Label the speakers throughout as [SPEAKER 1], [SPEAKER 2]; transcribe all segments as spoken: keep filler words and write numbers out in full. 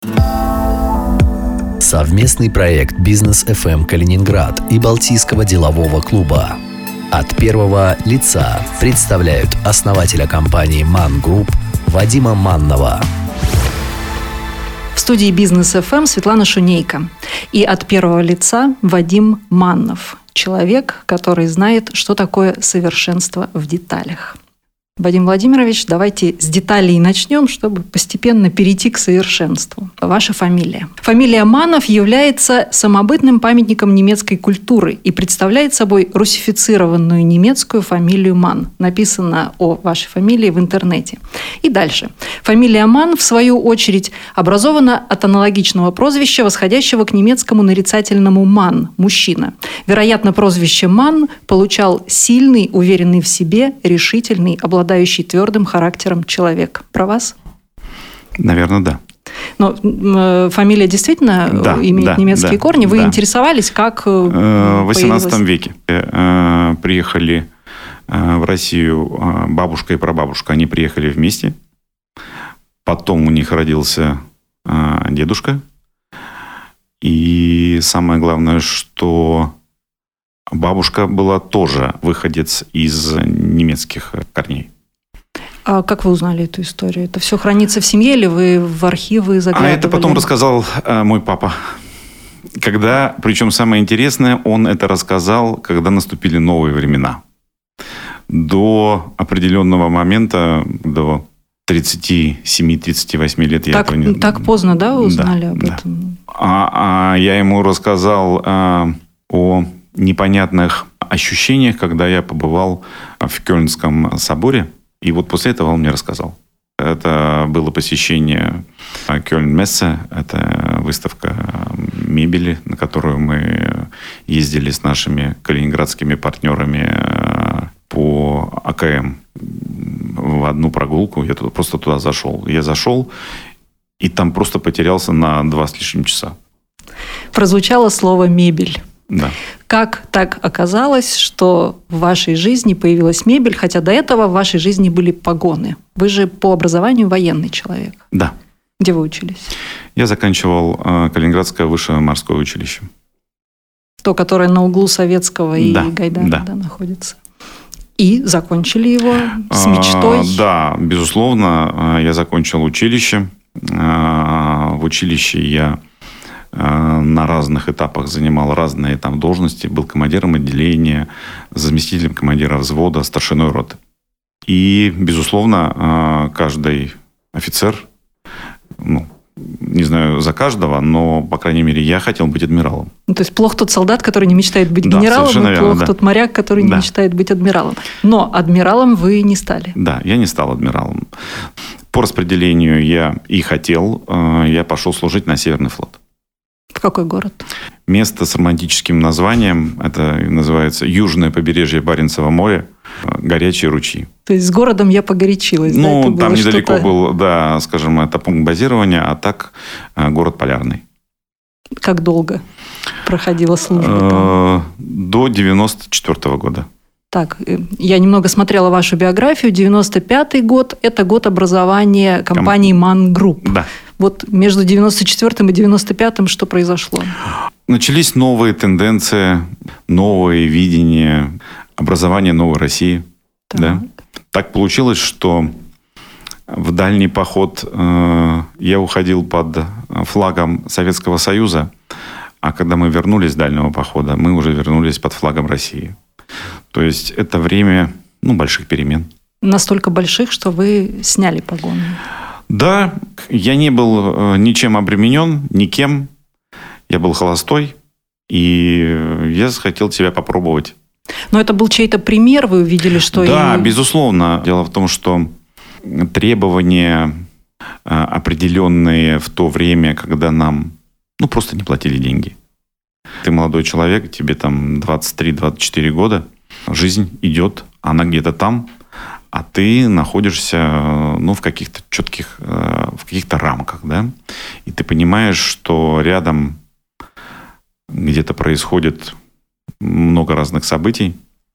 [SPEAKER 1] Совместный проект «Бизнес эф эм Калининград» и Балтийского делового клуба от первого лица представляют основателя компании «Ман Групп» Вадима Маннова.
[SPEAKER 2] В студии «Бизнес эф эм» Светлана Шунейко. И от первого лица Вадим Маннов. Человек, который знает, что такое совершенство в деталях. Вадим Владимирович, давайте с деталей начнем, чтобы постепенно перейти к совершенству. Ваша фамилия. Фамилия Маннов является самобытным памятником немецкой культуры и представляет собой русифицированную немецкую фамилию Ман. Написано о вашей фамилии в интернете. И дальше. Фамилия Ман, в свою очередь, образована от аналогичного прозвища, восходящего к немецкому нарицательному «ман» – мужчина. Вероятно, прозвище Ман получал сильный, уверенный в себе, решительный, обладающий обладающий твердым характером человек. Про вас?
[SPEAKER 3] Наверное, да.
[SPEAKER 2] Но э, фамилия действительно
[SPEAKER 3] да,
[SPEAKER 2] имеет
[SPEAKER 3] да,
[SPEAKER 2] немецкие
[SPEAKER 3] да,
[SPEAKER 2] корни. Вы
[SPEAKER 3] да.
[SPEAKER 2] интересовались, как э,
[SPEAKER 3] В восемнадцатом веке э, приехали э, в Россию э, бабушка и прабабушка. Они приехали вместе. Потом у них родился э, дедушка. И самое главное, что бабушка была тоже выходец из немецких корней.
[SPEAKER 2] А как вы узнали эту историю? Это все хранится в семье или вы в архивы заглядывали?
[SPEAKER 3] А это потом рассказал э, мой папа. Когда, причем самое интересное, он это рассказал, когда наступили новые времена. До определенного момента, до тридцати семи - тридцати восьми лет я
[SPEAKER 2] так,
[SPEAKER 3] этого не...
[SPEAKER 2] Так поздно, да, вы узнали
[SPEAKER 3] да,
[SPEAKER 2] об
[SPEAKER 3] да.
[SPEAKER 2] этом?
[SPEAKER 3] А, а я ему рассказал э, о непонятных ощущениях, когда я побывал в Кёльнском соборе. И вот после этого он мне рассказал. Это было посещение Кёльн-Мессе. Это выставка мебели, на которую мы ездили с нашими калининградскими партнерами по а ка эм в одну прогулку. Я туда, просто туда зашел. Я зашел, и там просто потерялся на два с лишним часа. Прозвучало слово «мебель». Да.
[SPEAKER 2] Как так оказалось, что в вашей жизни появилась мебель, хотя до этого в вашей жизни были погоны? Вы же по образованию военный человек.
[SPEAKER 3] Да.
[SPEAKER 2] Где вы учились?
[SPEAKER 3] Я заканчивал э, Калининградское высшее морское училище.
[SPEAKER 2] То, которое на углу Советского и
[SPEAKER 3] да,
[SPEAKER 2] Гайдара
[SPEAKER 3] да.
[SPEAKER 2] Да, находится. И закончили его с мечтой?
[SPEAKER 3] А, да, безусловно. Я закончил училище. В училище я на разных этапах занимал разные там должности. Был командиром отделения, заместителем командира взвода, старшиной роты. И, безусловно, каждый офицер, ну, не знаю за каждого, но, по крайней мере, я хотел быть адмиралом.
[SPEAKER 2] Ну, то есть плох тот солдат, который не мечтает быть
[SPEAKER 3] да,
[SPEAKER 2] генералом, и
[SPEAKER 3] верно,
[SPEAKER 2] плох
[SPEAKER 3] да.
[SPEAKER 2] тот моряк, который
[SPEAKER 3] да.
[SPEAKER 2] не мечтает быть адмиралом. Но адмиралом вы не стали.
[SPEAKER 3] Да, я не стал адмиралом. По распределению я и хотел. Я пошел служить на Северный флот.
[SPEAKER 2] В какой город?
[SPEAKER 3] Место с романтическим названием. Это называется Южное побережье Баренцева моря. Горячие ручьи.
[SPEAKER 2] То есть с городом я погорячилась.
[SPEAKER 3] Ну,
[SPEAKER 2] да?
[SPEAKER 3] там недалеко
[SPEAKER 2] что-то...
[SPEAKER 3] был, да, скажем, это пункт базирования, а так город Полярный.
[SPEAKER 2] Как долго проходила служба там?
[SPEAKER 3] До девяносто четвёртого года.
[SPEAKER 2] Так, я немного смотрела вашу биографию. девяносто пятый год – это год образования компании «Ман Групп».
[SPEAKER 3] Да.
[SPEAKER 2] Вот между девяносто четвёртым и девяносто пятым что произошло?
[SPEAKER 3] Начались новые тенденции, новые видения, образование новой России. Так. Да. Так получилось, что в дальний поход э, я уходил под флагом Советского Союза, а когда мы вернулись с дальнего похода, мы уже вернулись под флагом России. То есть это время, ну, больших перемен.
[SPEAKER 2] Настолько больших, что вы сняли погоны.
[SPEAKER 3] Да, я не был ничем обременен, никем. Я был холостой, и я захотел себя попробовать.
[SPEAKER 2] Но это был чей-то пример, вы увидели, что...
[SPEAKER 3] Да,
[SPEAKER 2] и...
[SPEAKER 3] безусловно. Дело в том, что требования определенные в то время, когда нам, ну, просто не платили деньги. Ты молодой человек, тебе там двадцать три - двадцать четыре года, жизнь идет, она где-то там, а ты находишься, ну, в каких-то четких, в каких-то рамках, да, и ты понимаешь, что рядом где-то происходит много разных событий.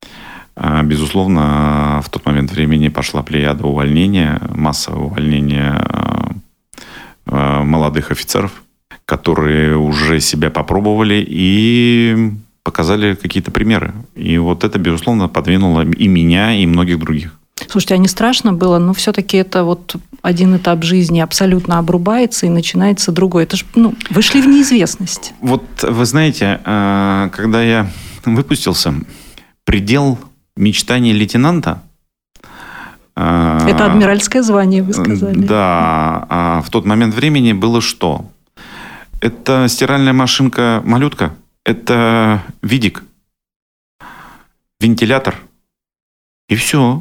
[SPEAKER 3] Безусловно, в тот момент времени пошла плеяда увольнения, массовое увольнение молодых офицеров, которые уже себя попробовали и показали какие-то примеры. И вот это, безусловно, подвинуло и меня, и многих других.
[SPEAKER 2] Слушайте, а не страшно было? Но все-таки это вот один этап жизни абсолютно обрубается, и начинается другой. Это же, ну, вы шли в неизвестность.
[SPEAKER 3] Вот вы знаете, когда я выпустился, предел мечтаний лейтенанта...
[SPEAKER 2] Это адмиральское звание, вы сказали.
[SPEAKER 3] Да. А в тот момент времени было что? Это стиральная машинка-малютка. Это видик, вентилятор, и все.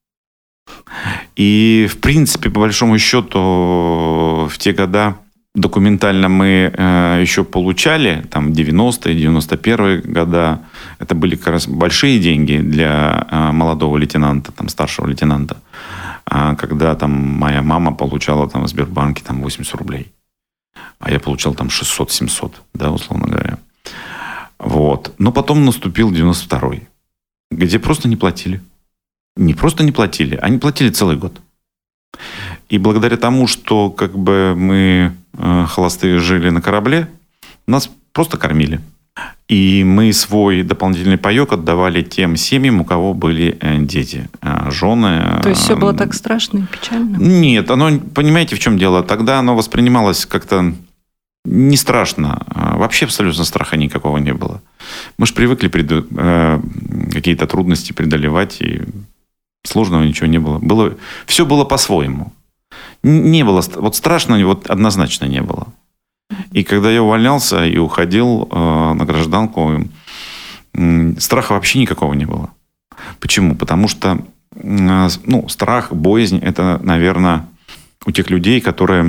[SPEAKER 3] И, в принципе, по большому счету, в те года документально мы э, еще получали, там, девяностые, девяносто первые года, это были как раз большие деньги для э, молодого лейтенанта, там, старшего лейтенанта, а когда там моя мама получала там, в Сбербанке там, восемьдесят рублей, а я получал там шестьсот-семьсот, да, условно говоря. Вот. Но потом наступил девяносто второй, где просто не платили. Не просто не платили, они платили целый год. И благодаря тому, что как бы мы э, холостые жили на корабле, нас просто кормили. И мы свой дополнительный паек отдавали тем семьям, у кого были э, дети, э, жены.
[SPEAKER 2] То есть все было так страшно и печально?
[SPEAKER 3] Нет, оно, понимаете, в чем дело? Тогда оно воспринималось как-то не страшно. Вообще абсолютно страха никакого не было. Мы же привыкли пред... э, какие-то трудности преодолевать, и сложного ничего не было. было. Все было по-своему. Не было... Вот страшно вот однозначно не было. И когда я увольнялся и уходил э, на гражданку, э, страха вообще никакого не было. Почему? Потому что э, ну, страх, боязнь – это, наверное, у тех людей, которые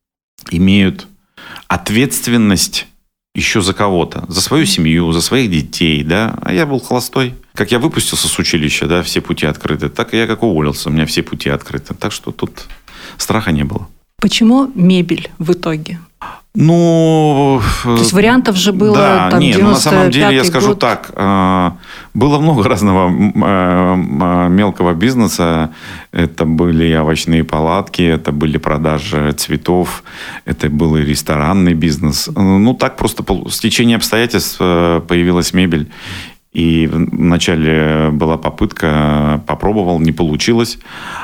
[SPEAKER 3] имеют ответственность еще за кого-то, за свою семью, за своих детей, да. А я был холостой. Как я выпустился с училища, да, все пути открыты, так и я как уволился, у меня все пути открыты. Так что тут страха не было.
[SPEAKER 2] Почему мебель в итоге?
[SPEAKER 3] Ну...
[SPEAKER 2] То есть вариантов же было
[SPEAKER 3] да,
[SPEAKER 2] там
[SPEAKER 3] нет, ну, на самом деле, я скажу
[SPEAKER 2] год.
[SPEAKER 3] так, было много разного мелкого бизнеса. Это были овощные палатки, это были продажи цветов, это был и ресторанный бизнес. Ну, так просто с течением обстоятельств появилась мебель. И вначале была попытка, попробовал, не получилось.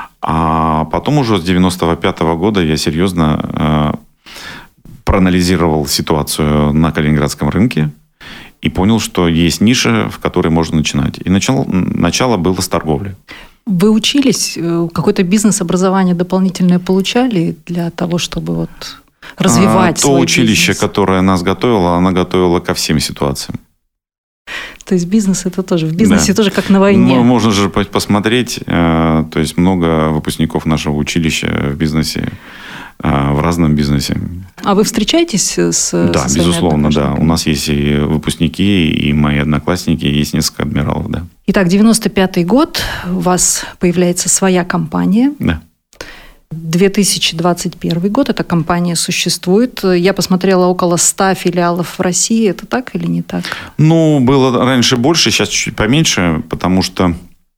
[SPEAKER 3] А потом уже с девяносто пятого года я серьезно проанализировал ситуацию на калининградском рынке и понял, что есть ниша, в которой можно начинать. И начало, начало было с торговли.
[SPEAKER 2] Вы учились? Какое-то бизнес-образование дополнительное получали для того, чтобы вот развивать
[SPEAKER 3] а,
[SPEAKER 2] свой
[SPEAKER 3] То училище,
[SPEAKER 2] бизнес?
[SPEAKER 3] которое нас готовило, оно готовило ко всем ситуациям.
[SPEAKER 2] То есть бизнес это тоже, в бизнесе да. тоже как на войне.
[SPEAKER 3] Ну, можно же посмотреть, то есть много выпускников нашего училища в бизнесе, в разном бизнесе.
[SPEAKER 2] А вы встречаетесь с
[SPEAKER 3] Да,
[SPEAKER 2] со
[SPEAKER 3] безусловно, да. У нас есть и выпускники, и мои одноклассники, есть несколько адмиралов, да.
[SPEAKER 2] Итак, девяносто пятый год, у вас появляется своя компания.
[SPEAKER 3] Да.
[SPEAKER 2] две тысячи двадцать первый год, эта компания существует. Я посмотрела, около ста филиалов в России. Это так или не так? Ну,
[SPEAKER 3] было раньше больше, сейчас чуть-чуть поменьше, потому что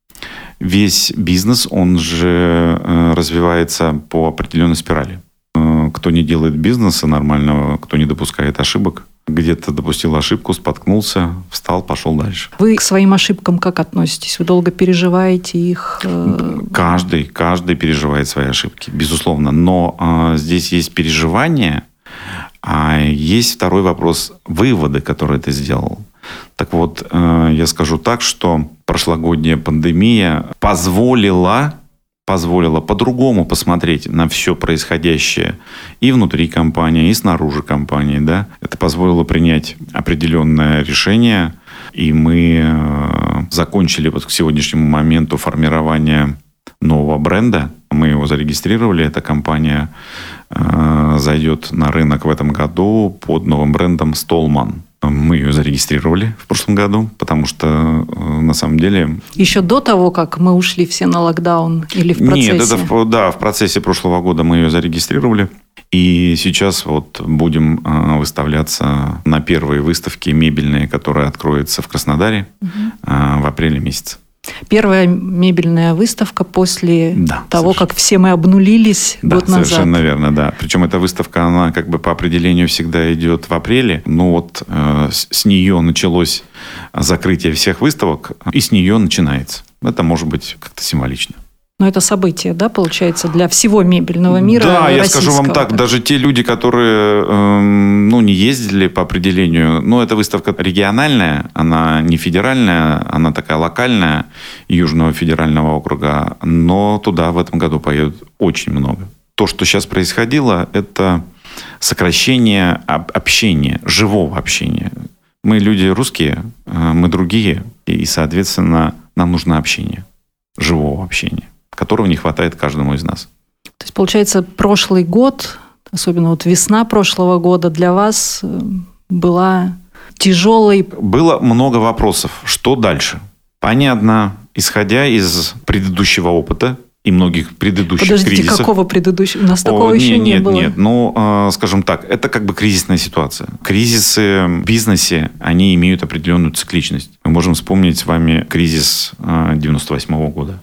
[SPEAKER 3] весь бизнес, он же развивается по определенной спирали. Кто не делает бизнеса нормального, кто не допускает ошибок, где-то допустил ошибку, споткнулся, встал, пошел дальше.
[SPEAKER 2] Вы к своим ошибкам как относитесь? Вы долго переживаете их?
[SPEAKER 3] Каждый, каждый переживает свои ошибки, безусловно. Но а, здесь есть переживания, а есть второй вопрос – выводы, которые ты сделал. Так вот, а, я скажу так, что прошлогодняя пандемия позволила... позволило по-другому посмотреть на все происходящее и внутри компании, и снаружи компании. Да? Это позволило принять определенное решение, и мы закончили вот к сегодняшнему моменту формирование нового бренда. Мы его зарегистрировали, эта компания э, зайдет на рынок в этом году под новым брендом «Столман». Мы ее зарегистрировали в прошлом году, потому что, на самом деле...
[SPEAKER 2] Еще до того, как мы ушли все на локдаун или в процессе?
[SPEAKER 3] Нет, это в, да, в процессе прошлого года мы ее зарегистрировали. И сейчас вот будем э, выставляться на первые выставки мебельные, которые откроются в Краснодаре угу. э, в апреле месяце.
[SPEAKER 2] Первая мебельная выставка после
[SPEAKER 3] да,
[SPEAKER 2] того,
[SPEAKER 3] совершенно.
[SPEAKER 2] как все мы обнулились
[SPEAKER 3] да,
[SPEAKER 2] год назад.
[SPEAKER 3] Совершенно верно, да. Причем эта выставка, она как бы по определению всегда идет в апреле. Ну вот э, с, с нее началось закрытие всех выставок, и с нее начинается. Это может быть как-то символично.
[SPEAKER 2] Но это событие, да, получается, для всего мебельного мира.
[SPEAKER 3] Да, я скажу вам так, даже те люди, которые э, ну, не ездили по определению, ну, эта выставка региональная, она не федеральная, она такая локальная, Южного федерального округа, но туда в этом году поедут очень много. То, что сейчас происходило, это сокращение общения, живого общения. Мы люди русские, мы другие, и, соответственно, нам нужно общение, живого общения, которого не хватает каждому из нас.
[SPEAKER 2] То есть, получается, прошлый год, особенно вот весна прошлого года для вас была тяжелой.
[SPEAKER 3] Было много вопросов. Что дальше? Понятно, исходя из предыдущего опыта и многих предыдущих
[SPEAKER 2] Подождите,
[SPEAKER 3] кризисов.
[SPEAKER 2] Подождите, какого предыдущего? У нас О, такого
[SPEAKER 3] нет,
[SPEAKER 2] еще не
[SPEAKER 3] нет,
[SPEAKER 2] было.
[SPEAKER 3] Нет, нет. Ну, э, скажем так, это как бы кризисная ситуация. Кризисы в бизнесе, они имеют определенную цикличность. Мы можем вспомнить с вами кризис э, девяносто восьмого года.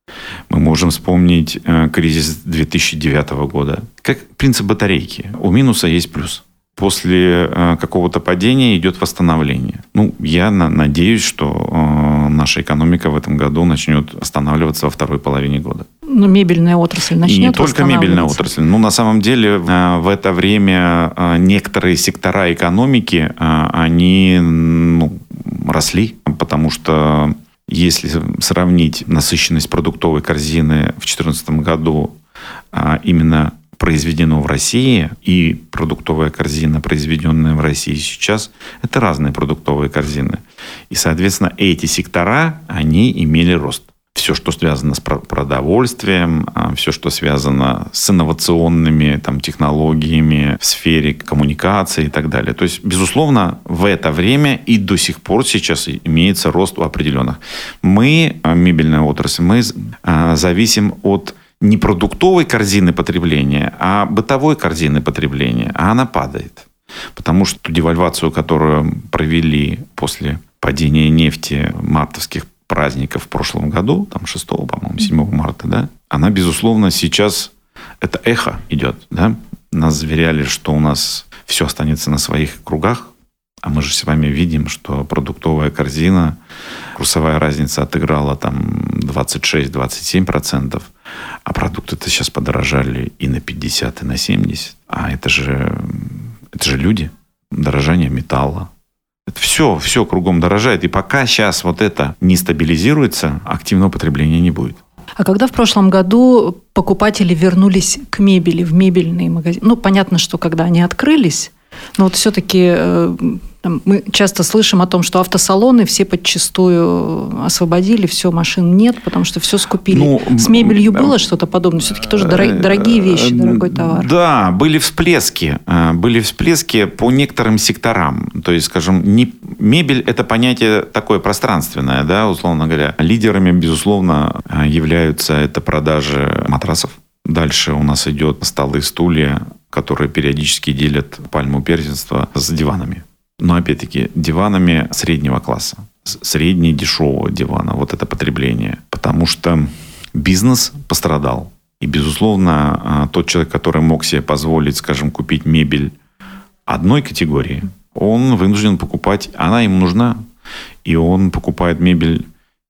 [SPEAKER 3] Мы можем вспомнить э, кризис две тысячи девятого года. Как принцип батарейки. У минуса есть плюс. После э, какого-то падения идет восстановление. Ну, я на, надеюсь, что э, наша экономика в этом году начнет восстанавливаться во второй половине года.
[SPEAKER 2] Ну, мебельная отрасль начнет
[SPEAKER 3] И не только мебельная отрасль. Ну, на самом деле, э, в это время э, некоторые сектора экономики, э, они ну, росли, потому что если сравнить насыщенность продуктовой корзины в две тысячи четырнадцатом году э, именно произведено в России и продуктовая корзина, произведенная в России сейчас, это разные продуктовые корзины. И, соответственно, эти сектора, они имели рост. Все, что связано с продовольствием, все, что связано с инновационными там, технологиями в сфере коммуникации и так далее. То есть, безусловно, в это время и до сих пор сейчас имеется рост у определенных. Мы, мебельная отрасль, мы зависим от не продуктовой корзины потребления, а бытовой корзины потребления. А она падает. Потому что ту девальвацию, которую провели после падения нефти мартовских праздников в прошлом году, там шестого, по-моему, седьмого марта, да, она, безусловно, сейчас, это эхо идет, да. Нас заверяли, что у нас все останется на своих кругах, а мы же с вами видим, что продуктовая корзина, курсовая разница отыграла там двадцать шесть - двадцать семь процентов, а продукты-то сейчас подорожали и на пятьдесят, и на семьдесят. А это же, это же люди, дорожание металла. Это все, все кругом дорожает. И пока сейчас вот это не стабилизируется, активного потребления не будет.
[SPEAKER 2] А когда в прошлом году покупатели вернулись к мебели, в мебельные магазины? Ну, понятно, что когда они открылись, но вот все-таки э, мы часто слышим о том, что автосалоны все подчистую освободили, все, машин нет, потому что все скупили. Ну, с мебелью было что-то подобное? Все-таки тоже дорогие вещи, дорогой товар.
[SPEAKER 3] Да, были всплески. Были всплески по некоторым секторам. То есть, скажем, не, мебель – это понятие такое пространственное, да, условно говоря. Лидерами, безусловно, являются это продажи матрасов. Дальше у нас идет столы, стулья, которые периодически делят пальму первенства с диванами. Но, опять-таки, диванами среднего класса. Средне дешевого дивана. Вот это потребление. Потому что бизнес пострадал. И, безусловно, тот человек, который мог себе позволить, скажем, купить мебель одной категории, он вынужден покупать, она ему нужна. И он покупает мебель,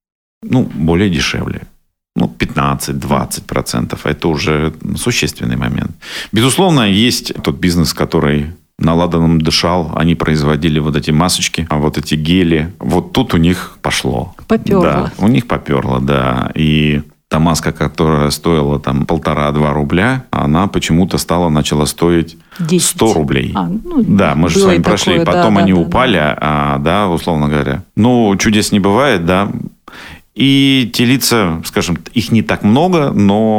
[SPEAKER 3] ну, более дешевле. Ну, пятнадцать-двадцать процентов. Это уже существенный момент. Безусловно, есть тот бизнес, который на ладаном дышал. Они производили вот эти масочки, а вот эти гели. Вот тут у них пошло.
[SPEAKER 2] Поперло.
[SPEAKER 3] Да, у них поперло, да. И та маска, которая стоила там полтора-два рубля, она почему-то стала, начала стоить
[SPEAKER 2] десять.
[SPEAKER 3] сто рублей. А, ну, да, мы же с вами прошли.
[SPEAKER 2] Такое,
[SPEAKER 3] Потом
[SPEAKER 2] да,
[SPEAKER 3] они
[SPEAKER 2] да,
[SPEAKER 3] упали,
[SPEAKER 2] да.
[SPEAKER 3] А, да, условно говоря. Ну, чудес не бывает, да. И те лица, скажем, их не так много,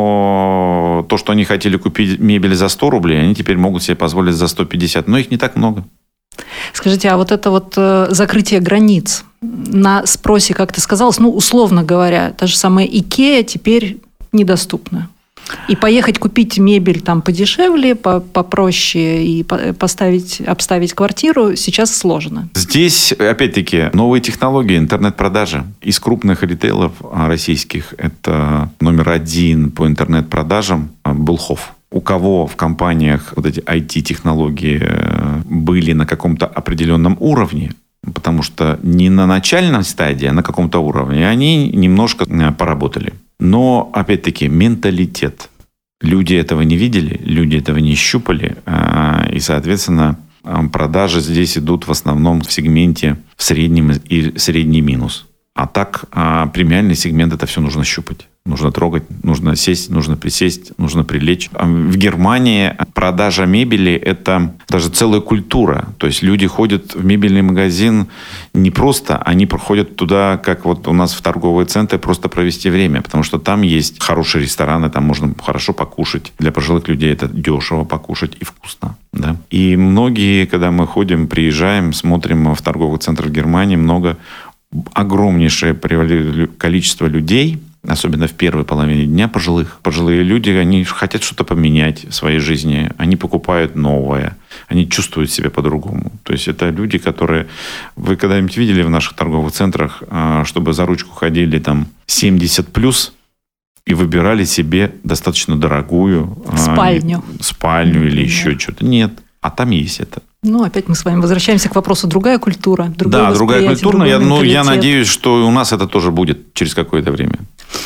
[SPEAKER 3] но то, что они хотели купить мебель за сто рублей, они теперь могут себе позволить за сто пятьдесят, но их не так много.
[SPEAKER 2] Скажите, а вот это вот закрытие границ на спросе, как ты сказал, ну, условно говоря, та же самая Икеа теперь недоступна? И поехать купить мебель там подешевле, попроще и поставить, обставить квартиру сейчас сложно.
[SPEAKER 3] Здесь, опять-таки, новые технологии, интернет-продажи. Из крупных ритейлов российских это номер один по интернет-продажам Былхов. У кого в компаниях вот эти ай ти-технологии были на каком-то определенном уровне, потому что не на начальной стадии, а на каком-то уровне, они немножко поработали. Но, опять-таки, менталитет. Люди этого не видели, люди этого не щупали. И, соответственно, продажи здесь идут в основном в сегменте в среднем и средний минус. А так, премиальный сегмент, это все нужно щупать. Нужно трогать, нужно сесть, нужно присесть, нужно прилечь. В Германии продажа мебели – это даже целая культура. То есть люди ходят в мебельный магазин не просто, они проходят туда, как вот у нас в торговые центры, просто провести время. Потому что там есть хорошие рестораны, там можно хорошо покушать. Для пожилых людей это дешево покушать и вкусно. Да? И многие, когда мы ходим, приезжаем, смотрим в торговых центрах Германии, много, огромнейшее количество людей, особенно в первой половине дня, пожилых. Пожилые люди, они хотят что-то поменять в своей жизни. Они покупают новое. Они чувствуют себя по-другому. То есть это люди, которые... Вы когда-нибудь видели в наших торговых центрах, чтобы за ручку ходили там семьдесят плюс и выбирали себе достаточно дорогую...
[SPEAKER 2] Спальню.
[SPEAKER 3] Спальню или еще что-то. Нет. А там есть это.
[SPEAKER 2] Ну, опять мы с вами возвращаемся к вопросу другая культура.
[SPEAKER 3] Да, другая культура. Я, ну, я надеюсь, что у нас это тоже будет через какое-то время.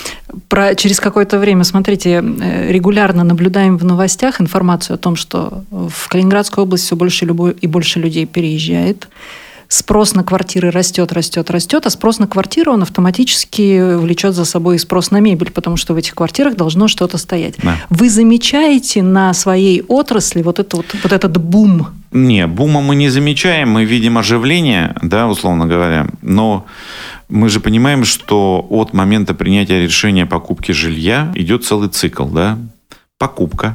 [SPEAKER 2] Про через какое-то время, смотрите, регулярно наблюдаем в новостях информацию о том, что в Калининградскую область все больше и больше людей переезжает. Спрос на квартиры растет, растет, растет, а спрос на квартиру, он автоматически влечет за собой и спрос на мебель, потому что в этих квартирах должно что-то стоять. Да. Вы замечаете на своей отрасли вот, это, вот, вот этот бум?
[SPEAKER 3] Не, бума мы не замечаем, мы видим оживление, да, условно говоря, но мы же понимаем, что от момента принятия решения о покупке жилья идет целый цикл, да, покупка,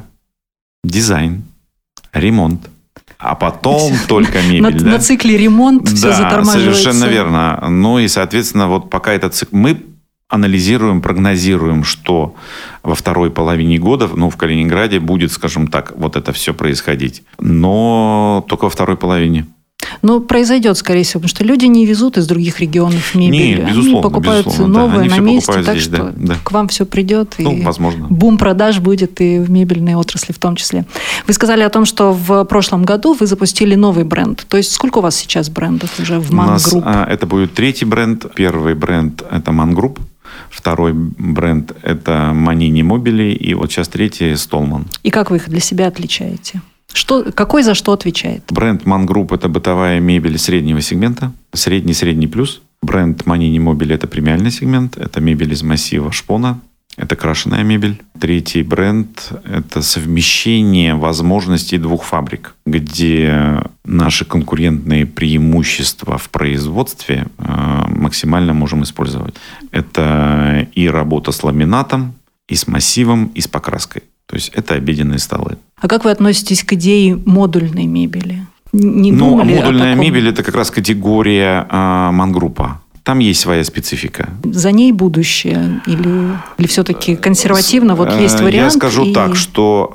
[SPEAKER 3] дизайн, ремонт. А потом только мебель.
[SPEAKER 2] На,
[SPEAKER 3] да?
[SPEAKER 2] на цикле ремонт
[SPEAKER 3] да,
[SPEAKER 2] все затормаживается.
[SPEAKER 3] Совершенно верно. Ну и, соответственно, вот пока этот цикл... Мы анализируем, прогнозируем, что во второй половине года, ну, в Калининграде будет, скажем так, вот это все происходить. Но только во второй половине.
[SPEAKER 2] Ну, произойдет, скорее всего, потому что люди не везут из других регионов мебель.
[SPEAKER 3] Нет, безусловно,
[SPEAKER 2] они покупают
[SPEAKER 3] безусловно,
[SPEAKER 2] новое
[SPEAKER 3] да.
[SPEAKER 2] на месте, так
[SPEAKER 3] здесь,
[SPEAKER 2] что
[SPEAKER 3] да, да.
[SPEAKER 2] к вам все придет.
[SPEAKER 3] Ну,
[SPEAKER 2] и
[SPEAKER 3] возможно.
[SPEAKER 2] Бум продаж будет и в мебельной отрасли в том числе. Вы сказали о том, что в прошлом году вы запустили новый бренд. То есть сколько у вас сейчас брендов уже в Man Group?
[SPEAKER 3] У нас, это будет третий бренд. Первый бренд – это Man Group. Второй бренд – это Manini Mobili. И вот сейчас третий – Stallman.
[SPEAKER 2] И как вы их для себя отличаете? Что, какой за что отвечает?
[SPEAKER 3] Бренд Man Group – это бытовая мебель среднего сегмента. Средний-средний плюс. Бренд Manini Mobili – это премиальный сегмент. Это мебель из массива шпона. Это крашеная мебель. Третий бренд – это совмещение возможностей двух фабрик, где наши конкурентные преимущества в производстве э, максимально можем использовать. Это и работа с ламинатом, и с массивом, и с покраской. То есть это обеденные столы.
[SPEAKER 2] А как вы относитесь к идее модульной мебели? Не
[SPEAKER 3] ну,
[SPEAKER 2] думали
[SPEAKER 3] модульная
[SPEAKER 2] о таком?
[SPEAKER 3] мебель – это как раз категория э, Man Group. Там есть своя специфика.
[SPEAKER 2] За ней будущее? Или, или все-таки консервативно? Вот есть вариант.
[SPEAKER 3] Я скажу
[SPEAKER 2] и...
[SPEAKER 3] так, что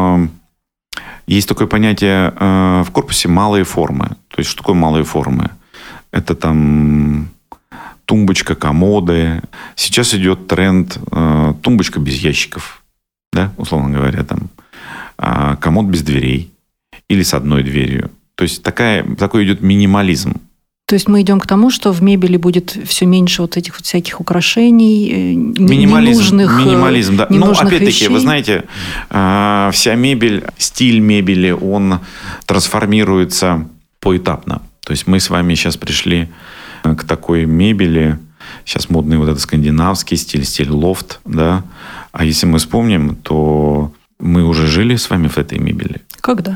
[SPEAKER 3] э, есть такое понятие э, в корпусе малые формы. То есть, что такое малые формы? Это там тумбочка, комоды. Сейчас идет тренд э, тумбочка без ящиков. Да, условно говоря, там э, комод без дверей. Или с одной дверью. То есть, такая, такой идет минимализм.
[SPEAKER 2] То есть мы идем к тому, что в мебели будет все меньше вот этих вот всяких украшений, минимализм, ненужных
[SPEAKER 3] минимализм, да.
[SPEAKER 2] Ну,
[SPEAKER 3] опять-таки,
[SPEAKER 2] вещей.
[SPEAKER 3] Вы знаете, вся мебель, стиль мебели, он трансформируется поэтапно. То есть мы с вами сейчас пришли к такой мебели, сейчас модный вот этот скандинавский стиль, стиль лофт, да. А если мы вспомним, то мы уже жили с вами в этой мебели.
[SPEAKER 2] Когда?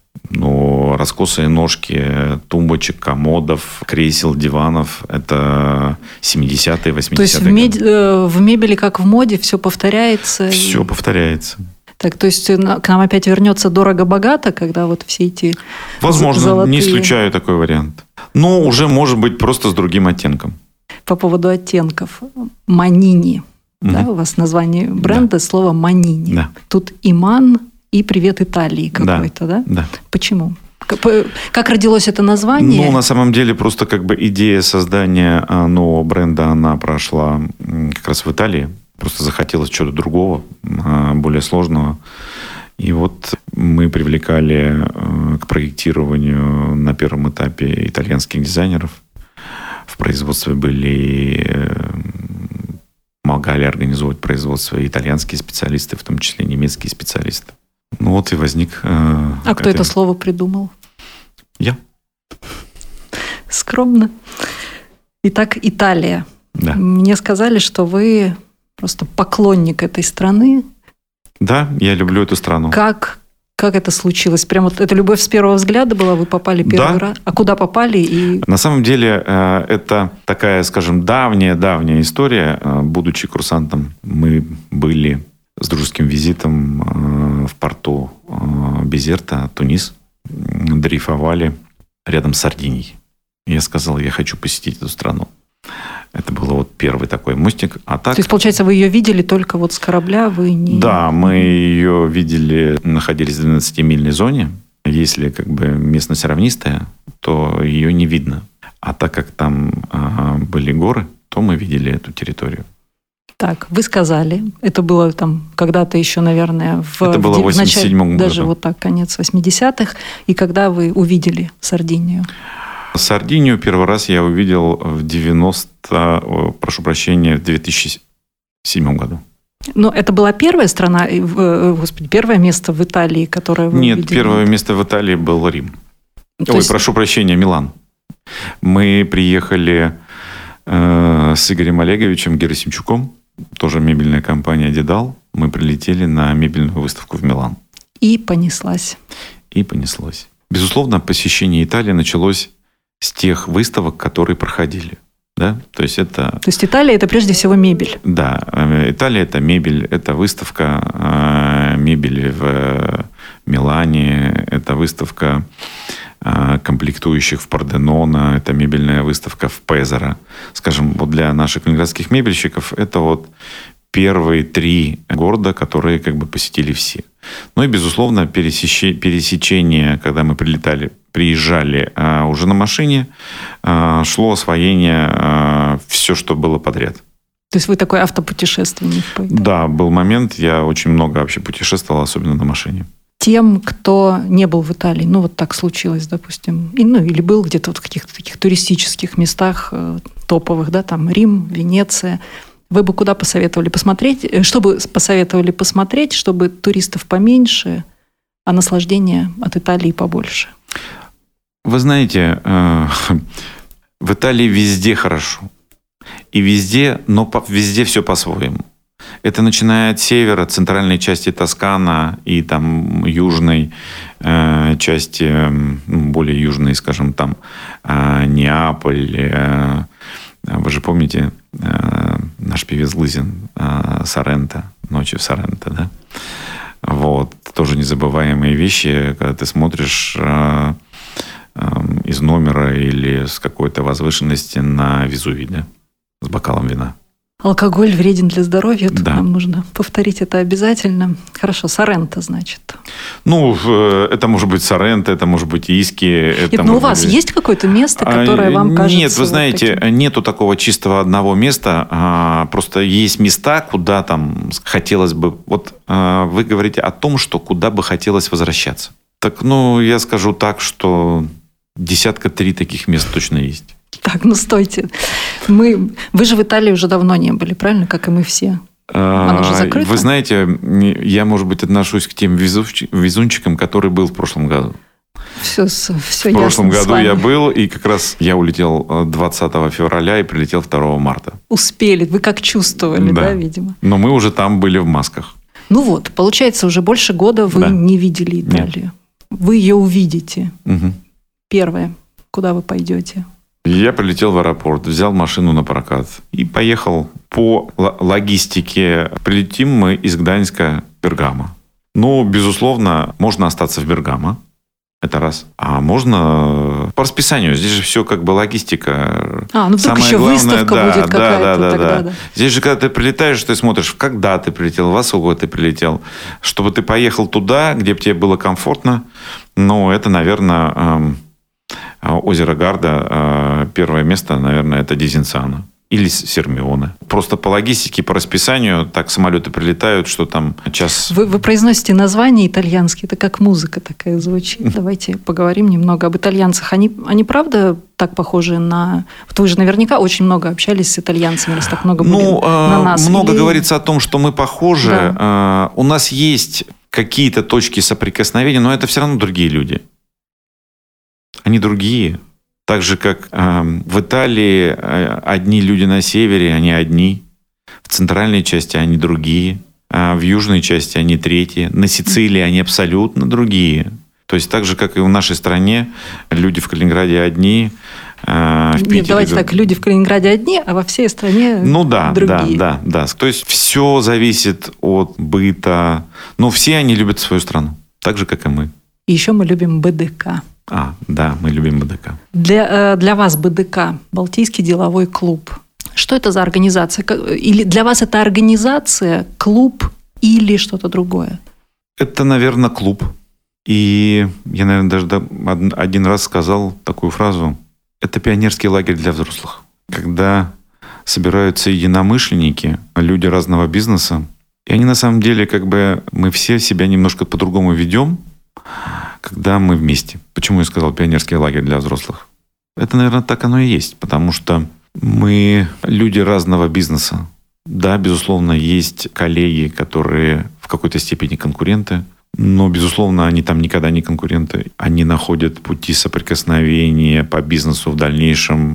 [SPEAKER 3] Ну, раскосые ножки тумбочек, комодов, кресел, диванов – это семидесятые, восьмидесятые.
[SPEAKER 2] То есть в, мед... в мебели, как в моде, все повторяется?
[SPEAKER 3] Все
[SPEAKER 2] и...
[SPEAKER 3] повторяется.
[SPEAKER 2] Так, то есть к нам опять вернется дорого-богато, когда вот все эти
[SPEAKER 3] Возможно,
[SPEAKER 2] золотые...
[SPEAKER 3] не исключаю такой вариант. Но уже, может быть, просто с другим оттенком.
[SPEAKER 2] По поводу оттенков. Манини. Да,
[SPEAKER 3] Мгм.
[SPEAKER 2] у вас название бренда
[SPEAKER 3] Да.
[SPEAKER 2] слово «манини».
[SPEAKER 3] Да.
[SPEAKER 2] Тут и «ман», и «привет Италии» какой-то, да?
[SPEAKER 3] Да.
[SPEAKER 2] Почему? Как, по- как родилось это название?
[SPEAKER 3] Ну, на самом деле, просто как бы идея создания а, нового бренда, она прошла м, как раз в Италии. Просто захотелось чего-то другого, а, более сложного. И вот мы привлекали э, к проектированию на первом этапе итальянских дизайнеров. В производстве были, э, помогали организовывать производство и итальянские специалисты, в том числе немецкие специалисты. Ну вот и возник... э,
[SPEAKER 2] А кто это слово придумал?
[SPEAKER 3] Я.
[SPEAKER 2] Скромно. Итак, Италия.
[SPEAKER 3] Да.
[SPEAKER 2] Мне сказали, что вы просто поклонник этой страны.
[SPEAKER 3] Да, я люблю эту страну.
[SPEAKER 2] Как, как это случилось? Прям вот эта любовь с первого взгляда была? Вы попали первый
[SPEAKER 3] Да.
[SPEAKER 2] раз? А куда попали? И...
[SPEAKER 3] На самом деле, э, это такая, скажем, давняя-давняя история. Э, Будучи курсантом, мы были с дружеским визитом э, в порту э, Безерта, Тунис. Дрейфовали рядом с Сардинией. Я сказал, я хочу посетить эту страну. Это был вот первый такой мостик. А так,
[SPEAKER 2] То есть, получается, вы ее видели только вот с корабля? Вы не...
[SPEAKER 3] да, мы ее видели, находились в двенадцатимильной зоне. Если как бы местность равнистая, то ее не видно. А так как там а, были горы, то мы видели эту территорию.
[SPEAKER 2] Так, вы сказали, это было там когда-то еще, наверное, в,
[SPEAKER 3] Это было в
[SPEAKER 2] в
[SPEAKER 3] восемьдесят седьмом
[SPEAKER 2] начале, даже
[SPEAKER 3] году.
[SPEAKER 2] вот так, конец восьмидесятых, и когда вы увидели Сардинию?
[SPEAKER 3] Сардинию первый раз я увидел в девяносто, о, прошу прощения, в две тысячи седьмом году.
[SPEAKER 2] Но это была первая страна, и в- господи, первое место в Италии, которое вы
[SPEAKER 3] Нет,
[SPEAKER 2] увидели?
[SPEAKER 3] первое место в Италии был Рим.
[SPEAKER 2] То
[SPEAKER 3] Ой,
[SPEAKER 2] есть-
[SPEAKER 3] прошу прощения, Милан. Мы приехали э, с Игорем Олеговичем Герасимчуком, тоже мебельная компания «Дедал». Мы прилетели на мебельную выставку в Милан.
[SPEAKER 2] И понеслась.
[SPEAKER 3] И понеслось. Безусловно, посещение Италии началось с тех выставок, которые проходили. Да? То есть это...
[SPEAKER 2] То есть Италия – это прежде всего мебель.
[SPEAKER 3] Да, э, Италия – это мебель, это выставка э, мебели в э, Милане, это выставка э, комплектующих в Порденона, это мебельная выставка в Пезаро. Скажем, вот для наших калининградских мебельщиков это вот первые три города, которые как бы посетили все. Ну и, безусловно, пересече- пересечение, когда мы прилетали, приезжали а, уже на машине, а, шло освоение а, все, что было подряд.
[SPEAKER 2] То есть вы такой автопутешественник. по Италии.
[SPEAKER 3] Да, был момент, я очень много вообще путешествовал, особенно на машине.
[SPEAKER 2] Тем, кто не был в Италии, ну вот так случилось, допустим, и, ну или был где-то вот в каких-то таких туристических местах э, топовых, да, там Рим, Венеция, вы бы куда посоветовали посмотреть, э, что бы посоветовали посмотреть, чтобы туристов поменьше, а наслаждения от Италии побольше?
[SPEAKER 3] Вы знаете, э, в Италии везде хорошо. И везде, но по, везде все по-своему. Это начиная от севера, центральной части Тоскана и там южной э, части, э, более южной, скажем, там э, Неаполь. Э, вы же помните э, наш певец Глызин, э, Соренто, «Ночи в Соренто», да? Вот. Тоже незабываемые вещи, когда ты смотришь э, э, из номера или с какой-то возвышенности на Везувий, да? С бокалом вина.
[SPEAKER 2] Алкоголь вреден для здоровья, тут
[SPEAKER 3] Да.
[SPEAKER 2] нам нужно повторить это обязательно. Хорошо, Соренто, значит.
[SPEAKER 3] Ну, э, это может быть Соренто, это может быть Иски. Это
[SPEAKER 2] Нет, но у
[SPEAKER 3] может
[SPEAKER 2] вас
[SPEAKER 3] быть-
[SPEAKER 2] есть какое-то место, которое
[SPEAKER 3] А,
[SPEAKER 2] вам кажется...
[SPEAKER 3] Нет, вы
[SPEAKER 2] вот
[SPEAKER 3] знаете,
[SPEAKER 2] таким?
[SPEAKER 3] нету такого чистого одного места. а, Просто есть места, куда там хотелось бы... Вот а, вы говорите о том, что куда бы хотелось возвращаться. Так, ну, я скажу так, что десятка три таких мест точно есть.
[SPEAKER 2] Так, ну стойте. Мы... Вы же в Италии уже давно не были, правильно? Как и мы все. Оно же закрыто?
[SPEAKER 3] Вы знаете, я, может быть, отношусь к тем везуч- везунчикам, который был в прошлом году.
[SPEAKER 2] Все, все
[SPEAKER 3] В прошлом году я был, и как раз я улетел двадцатого февраля и прилетел второго марта.
[SPEAKER 2] Успели. Вы как чувствовали, да,
[SPEAKER 3] Да.
[SPEAKER 2] видимо?
[SPEAKER 3] Но мы уже там были в масках.
[SPEAKER 2] Ну вот, получается, уже больше года вы
[SPEAKER 3] Да.
[SPEAKER 2] не видели Италию. Вы ее увидите.
[SPEAKER 3] Мгм.
[SPEAKER 2] Первое. Куда вы пойдете?
[SPEAKER 3] Я прилетел в аэропорт, взял машину на прокат и поехал по л- логистике. Прилетим мы из Гданьска в Бергамо. Ну, безусловно, можно остаться в Бергамо. Это раз. А можно по расписанию. Здесь же все как бы логистика.
[SPEAKER 2] А, ну вдруг
[SPEAKER 3] Самое
[SPEAKER 2] еще
[SPEAKER 3] главное,
[SPEAKER 2] выставка
[SPEAKER 3] да,
[SPEAKER 2] будет
[SPEAKER 3] да,
[SPEAKER 2] какая-то
[SPEAKER 3] да,
[SPEAKER 2] тогда.
[SPEAKER 3] да.
[SPEAKER 2] Да.
[SPEAKER 3] Здесь же, когда ты прилетаешь, ты смотришь, когда ты прилетел, во сколько ты прилетел. Чтобы ты поехал туда, где бы тебе было комфортно. Ну, это, наверное, эм, озеро Гарда. Э, первое место, наверное, это Дизенциано. Или Сермионе. Просто по логистике, по расписанию так самолеты прилетают, что там час...
[SPEAKER 2] Вы, вы произносите названия итальянские, это как музыка такая звучит. Давайте поговорим немного об итальянцах. Они, они правда так похожи на... Вот вы же наверняка очень много общались с итальянцами, раз так много были
[SPEAKER 3] ну,
[SPEAKER 2] на нас.
[SPEAKER 3] Много
[SPEAKER 2] Или...
[SPEAKER 3] говорится о том, что мы похожи. Да. У нас есть какие-то точки соприкосновения, но это все равно другие люди. Они другие. Так же, как э, в Италии э, одни люди на севере, они одни. В центральной части они другие. А в южной части они третьи. На Сицилии они абсолютно другие. То есть так же, как и в нашей стране, люди в Калининграде одни. Э, в Питере...
[SPEAKER 2] Нет, давайте так, люди в Калининграде одни, а во всей стране
[SPEAKER 3] ну, да,
[SPEAKER 2] другие.
[SPEAKER 3] Да, да, да. То есть все зависит от быта. Но все они любят свою страну. Так же, как и мы.
[SPEAKER 2] И еще мы любим БДК.
[SPEAKER 3] А, да, мы любим БДК.
[SPEAKER 2] Для, для вас БДК, Балтийский деловой клуб, что это за организация? Или для вас это организация, клуб или что-то другое?
[SPEAKER 3] Это, наверное, клуб. И я, наверное, даже один раз сказал такую фразу. Это пионерский лагерь для взрослых. Когда собираются единомышленники, люди разного бизнеса, и они на самом деле, как бы, мы все себя немножко по-другому ведем, когда мы вместе. Почему я сказал пионерский лагерь для взрослых? Это, наверное, так оно и есть, потому что мы люди разного бизнеса. Да, безусловно, есть коллеги, которые в какой-то степени конкуренты, но, безусловно, они там никогда не конкуренты. Они находят пути соприкосновения по бизнесу в дальнейшем,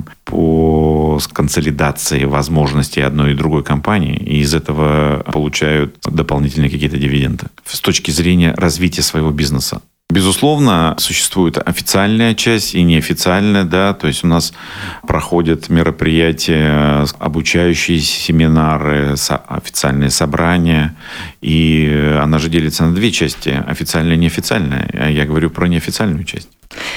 [SPEAKER 3] по консолидации возможностей одной и другой компании, и из этого получают дополнительные какие-то дивиденды с точки зрения развития своего бизнеса. Безусловно, существует официальная часть и неофициальная, да, то есть у нас проходят мероприятия, обучающие семинары, официальные собрания, и она же делится на две части, официальная и неофициальная. Я говорю про неофициальную часть.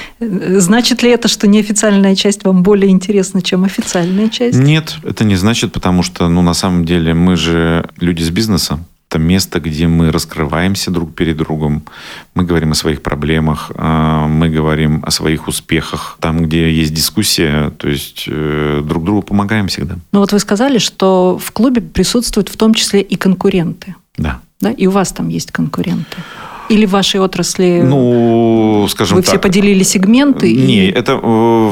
[SPEAKER 2] Значит ли это, что неофициальная часть вам более интересна, чем официальная часть?
[SPEAKER 3] Нет, это не значит, потому что, ну, на самом деле мы же люди с бизнеса. Это место, где мы раскрываемся друг перед другом. Мы говорим о своих проблемах, мы говорим о своих успехах. Там, где есть дискуссия, то есть друг другу помогаем всегда.
[SPEAKER 2] Ну вот вы сказали, что в клубе присутствуют в том числе и конкуренты.
[SPEAKER 3] Да.
[SPEAKER 2] Да? И у вас там есть конкуренты. Или в вашей отрасли
[SPEAKER 3] ну, скажем
[SPEAKER 2] вы
[SPEAKER 3] так,
[SPEAKER 2] все поделили сегменты?
[SPEAKER 3] Не,
[SPEAKER 2] и...
[SPEAKER 3] это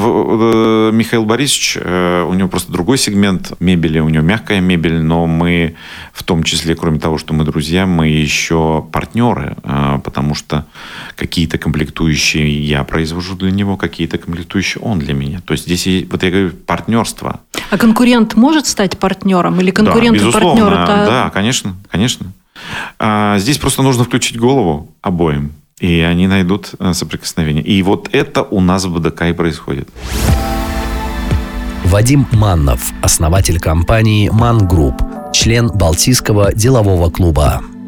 [SPEAKER 3] э, Михаил Борисович, э, у него просто другой сегмент мебели, у него мягкая мебель, но мы в том числе, кроме того, что мы друзья, мы еще партнеры, э, потому что какие-то комплектующие я произвожу для него, какие-то комплектующие он для меня. То есть здесь, вот я говорю, партнерство.
[SPEAKER 2] А конкурент может стать партнером? Или конкурент
[SPEAKER 3] да,
[SPEAKER 2] и партнер это...
[SPEAKER 3] Да, конечно, конечно. А здесь просто нужно включить голову обоим, и они найдут соприкосновение. И вот это у нас в БДК и происходит.
[SPEAKER 1] Вадим Маннов, основатель компании «Ман Групп», член Балтийского делового клуба.